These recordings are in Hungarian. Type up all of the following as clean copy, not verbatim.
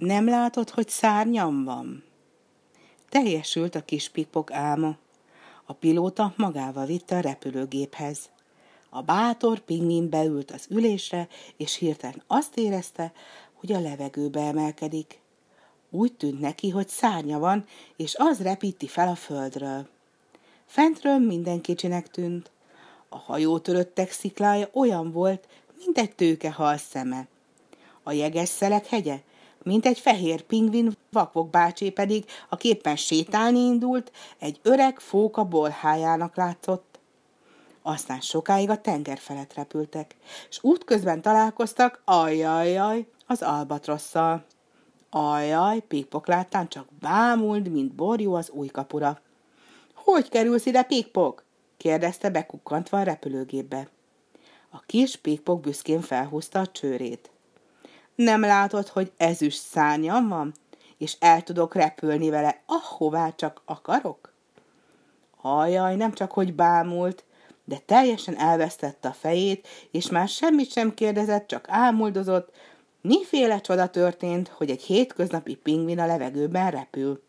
Nem látod, hogy szárnyam van? Teljesült a kis Pick-Pock álma. A pilóta magával vitte a repülőgéphez. A bátor pingvin beült az ülésre, és hirtelen azt érezte, hogy a levegőbe emelkedik. Úgy tűnt neki, hogy szárnya van, és az repíti fel a földről. Fentről minden kicsinek tűnt. A hajótöröttek sziklája olyan volt, mint egy tőkehal szeme. A jeges szelek hegye, mint egy fehér pingvin, Vakvok bácsi pedig, aki éppen sétálni indult, egy öreg fóka bolhájának látszott. Aztán sokáig a tenger felett repültek, és útközben találkoztak, ajjajjaj, az albatrosszal. Ajjaj, Pick-Pock láttán csak bámult, mint borjú az újkapura. Hogy kerülsz ide, Pick-Pock? Kérdezte bekukkantva a repülőgépbe. A kis Pick-Pock büszkén felhúzta a csőrét. Nem látod, hogy ezüst szárnyam van, és el tudok repülni vele, ahová csak akarok? Ajjaj, nem csak hogy bámult, de teljesen elvesztette a fejét, és már semmit sem kérdezett, csak álmoddozott, miféle csoda történt, hogy egy hétköznapi pingvin a levegőben repül.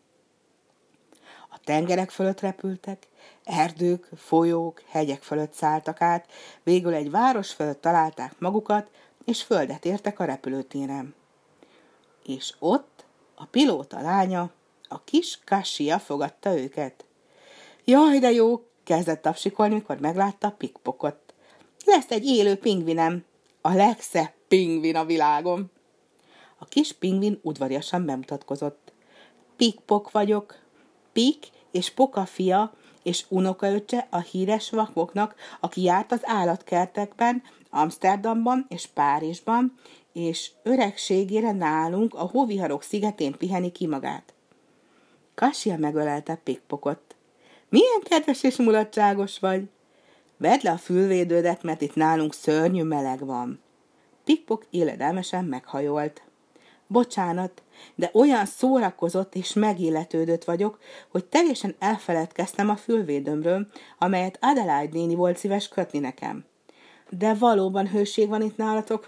A tengerek fölött repültek, erdők, folyók, hegyek fölött szálltak át, végül egy város fölött találták magukat, és földet értek a repülőtéren. És ott a pilóta lánya, a kis Kasia fogadta őket. Jaj, de jó, kezdett tapsikolni, mikor meglátta Pick-Pockot. Lesz egy élő pingvinem, a legszebb pingvin a világon. A kis pingvin udvariasan bemutatkozott. Pick-Pock vagyok, Pick és Poka fia, és unokaöccse a híres Vakvoknak, aki járt az állatkertekben, Amsterdamban és Párizsban, és öregségére nálunk a Hóviharok szigetén piheni ki magát. Kasia megölelte Pick-Pockot. Milyen kedves és mulatságos vagy! Vedd le a fülvédődet, mert itt nálunk szörnyű meleg van. Pick-Pock illedelmesen meghajolt. Bocsánat, de olyan szórakozott és megilletődött vagyok, hogy teljesen elfeledkeztem a fülvédőmről, amelyet Adelaide néni volt szíves kötni nekem. De valóban hőség van itt nálatok.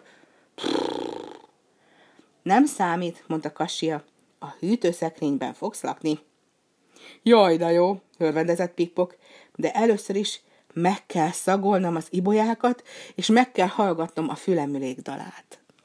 Nem számít, mondta Kasia. A hűtőszekrényben fogsz lakni. Jaj, de jó, örvendezett Pick-Pock, de először is meg kell szagolnom az ibolyákat, és meg kell hallgatnom a fülemülék dalát.